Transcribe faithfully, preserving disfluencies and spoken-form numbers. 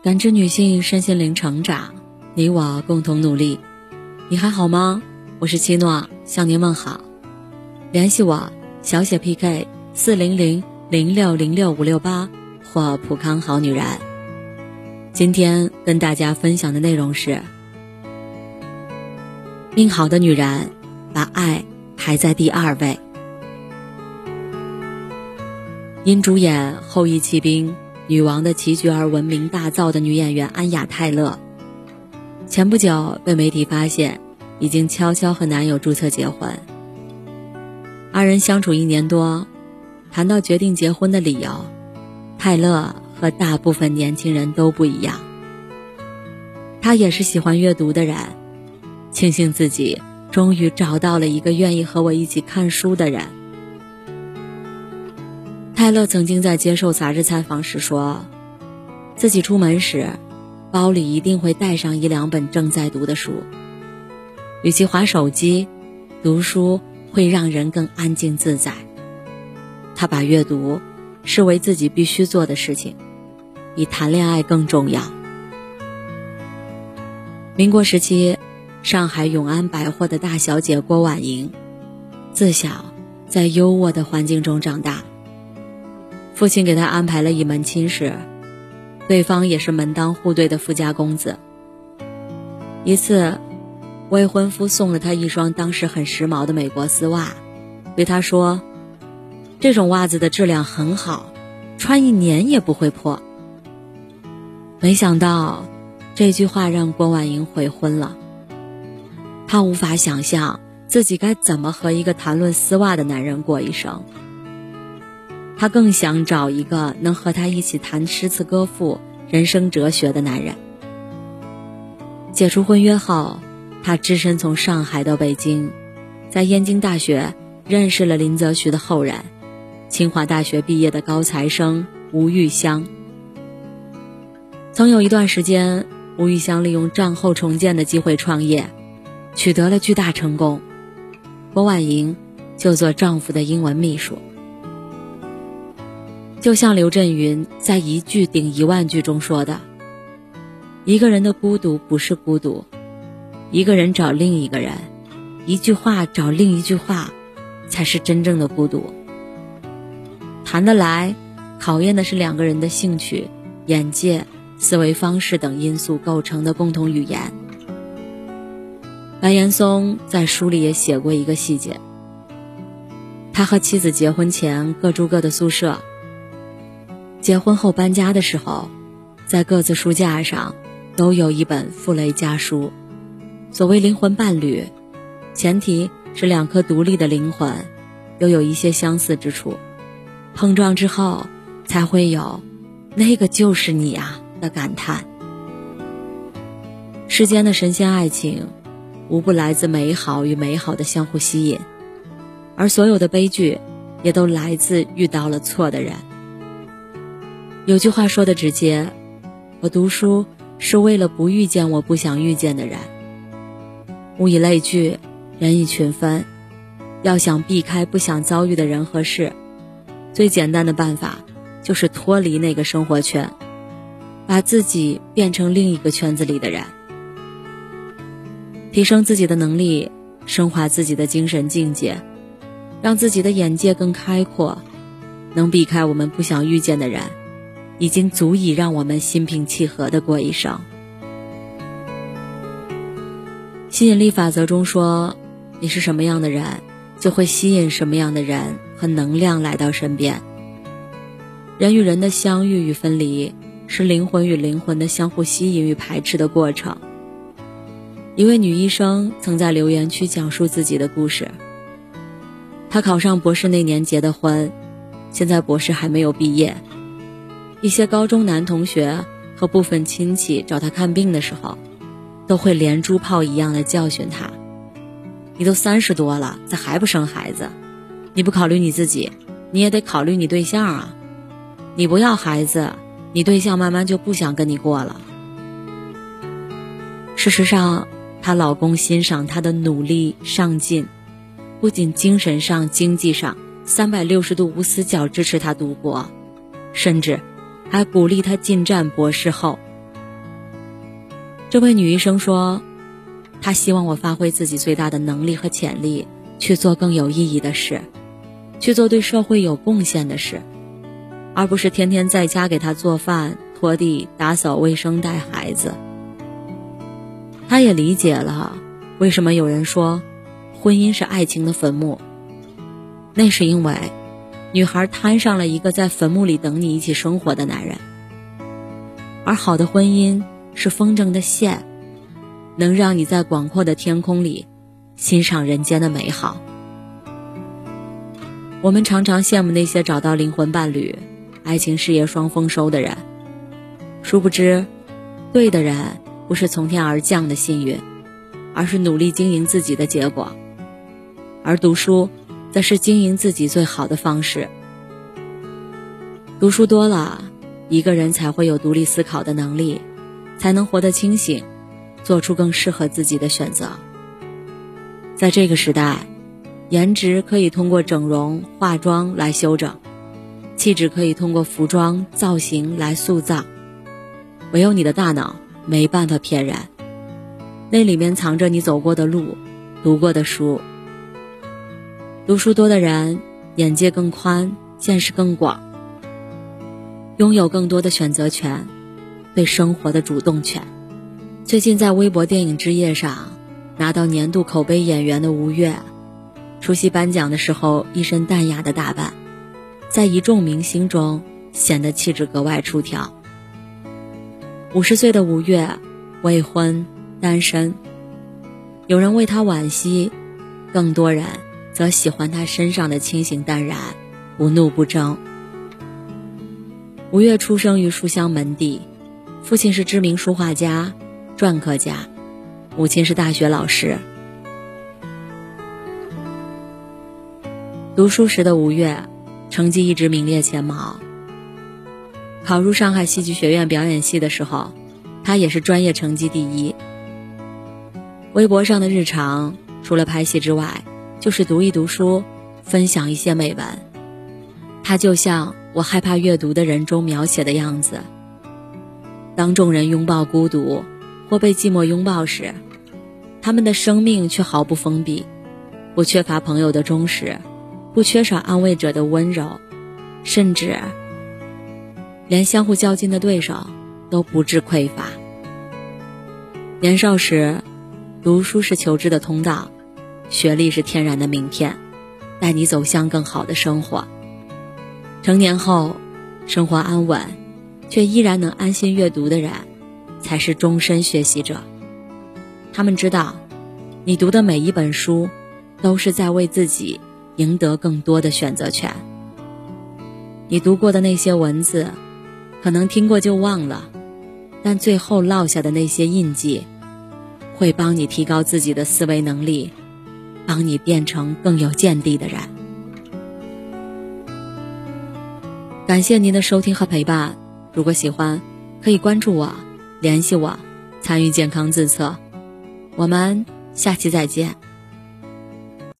感知女性身心灵成长，你我共同努力。你还好吗？我是七诺，向您问好。联系我小写 P K 四零零零六零六五六八或普康好女人。今天跟大家分享的内容是，命好的女人把爱排在第二位。因主演《后羿骑兵》女王的棋局而闻名大噪的女演员安雅泰勒，前不久被媒体发现已经悄悄和男友注册结婚。二人相处一年多，谈到决定结婚的理由，泰勒和大部分年轻人都不一样。她也是喜欢阅读的人，庆幸自己终于找到了一个愿意和我一起看书的人。泰勒曾经在接受杂志采访时说，自己出门时包里一定会带上一两本正在读的书，与其滑手机，读书会让人更安静自在。他把阅读视为自己必须做的事情，比谈恋爱更重要。民国时期，上海永安百货的大小姐郭婉莹，自小在优渥的环境中长大。父亲给她安排了一门亲事，对方也是门当户对的富家公子。一次，未婚夫送了她一双当时很时髦的美国丝袜，对她说，这种袜子的质量很好，穿一年也不会破。没想到这句话让郭婉莹悔婚了。她无法想象自己该怎么和一个谈论丝袜的男人过一生。她更想找一个能和她一起谈诗词歌赋、人生哲学的男人。解除婚约后，她只身从上海到北京，在燕京大学认识了林则徐的后人，清华大学毕业的高材生吴玉香。曾有一段时间，吴玉香利用战后重建的机会创业，取得了巨大成功。郭婉莹就做丈夫的英文秘书。就像刘震云在一句顶一万句中说的，一个人的孤独不是孤独，一个人找另一个人，一句话找另一句话，才是真正的孤独。谈得来，考验的是两个人的兴趣、眼界、思维方式等因素构成的共同语言。白岩松在书里也写过一个细节，他和妻子结婚前各住各的宿舍，结婚后搬家的时候，在各自书架上都有一本傅雷家书。所谓灵魂伴侣，前提是两颗独立的灵魂又有一些相似之处，碰撞之后才会有那个就是你啊的感叹。世间的神仙爱情无不来自美好与美好的相互吸引，而所有的悲剧也都来自遇到了错的人。有句话说的直接，我读书是为了不遇见我不想遇见的人。物以类聚，人以群分，要想避开不想遭遇的人和事，最简单的办法就是脱离那个生活圈，把自己变成另一个圈子里的人，提升自己的能力，升华自己的精神境界，让自己的眼界更开阔，能避开我们不想遇见的人，已经足以让我们心平气和地过一生。吸引力法则中说，你是什么样的人，就会吸引什么样的人和能量来到身边。人与人的相遇与分离，是灵魂与灵魂的相互吸引与排斥的过程。一位女医生曾在留言区讲述自己的故事。她考上博士那年结的婚，现在博士还没有毕业。一些高中男同学和部分亲戚找她看病的时候，都会连珠炮一样的教训她，你都三十多了，咋还不生孩子？你不考虑你自己，你也得考虑你对象啊。你不要孩子，你对象慢慢就不想跟你过了。事实上，她老公欣赏她的努力上进，不仅精神上、经济上三百六十度无死角支持她读博，甚至还鼓励她进站博士后， 这位女医生说，她希望我发挥自己最大的能力和潜力，去做更有意义的事，去做对社会有贡献的事，而不是天天在家给她做饭、拖地、打扫卫生、带孩子。她也理解了为什么有人说婚姻是爱情的坟墓，那是因为女孩摊上了一个在坟墓里等你一起生活的男人，而好的婚姻是风筝的线，能让你在广阔的天空里欣赏人间的美好。我们常常羡慕那些找到灵魂伴侣、爱情事业双丰收的人，殊不知对的人不是从天而降的幸运，而是努力经营自己的结果。而读书则是经营自己最好的方式。读书多了，一个人才会有独立思考的能力，才能活得清醒，做出更适合自己的选择。在这个时代，颜值可以通过整容、化妆来修整，气质可以通过服装、造型来塑造，唯有你的大脑没办法骗人，那里面藏着你走过的路、读过的书。读书多的人，眼界更宽，见识更广，拥有更多的选择权，对生活的主动权。最近在微博电影之夜上拿到年度口碑演员的吴越，出席颁奖的时候一身淡雅的打扮，在一众明星中显得气质格外出挑。五十岁的吴越，未婚单身，有人为他惋惜，更多人则喜欢他身上的清醒淡然，不怒不争。吴越出生于书香门第，父亲是知名书画家、篆刻家，母亲是大学老师。读书时的吴越成绩一直名列前茅，考入上海戏剧学院表演系的时候，他也是专业成绩第一。微博上的日常除了拍戏之外，就是读一读书，分享一些美文。他就像我害怕阅读的人中描写的样子，当众人拥抱孤独或被寂寞拥抱时，他们的生命却毫不封闭，不缺乏朋友的忠实，不缺少安慰者的温柔，甚至连相互较劲的对手都不致匮乏。年少时，读书是求知的通道，学历是天然的名片，带你走向更好的生活。成年后，生活安稳，却依然能安心阅读的人，才是终身学习者。他们知道，你读的每一本书，都是在为自己赢得更多的选择权。你读过的那些文字，可能听过就忘了，但最后落下的那些印记，会帮你提高自己的思维能力，帮你变成更有见地的人。感谢您的收听和陪伴，如果喜欢，可以关注我，联系我，参与健康自测。我们下期再见。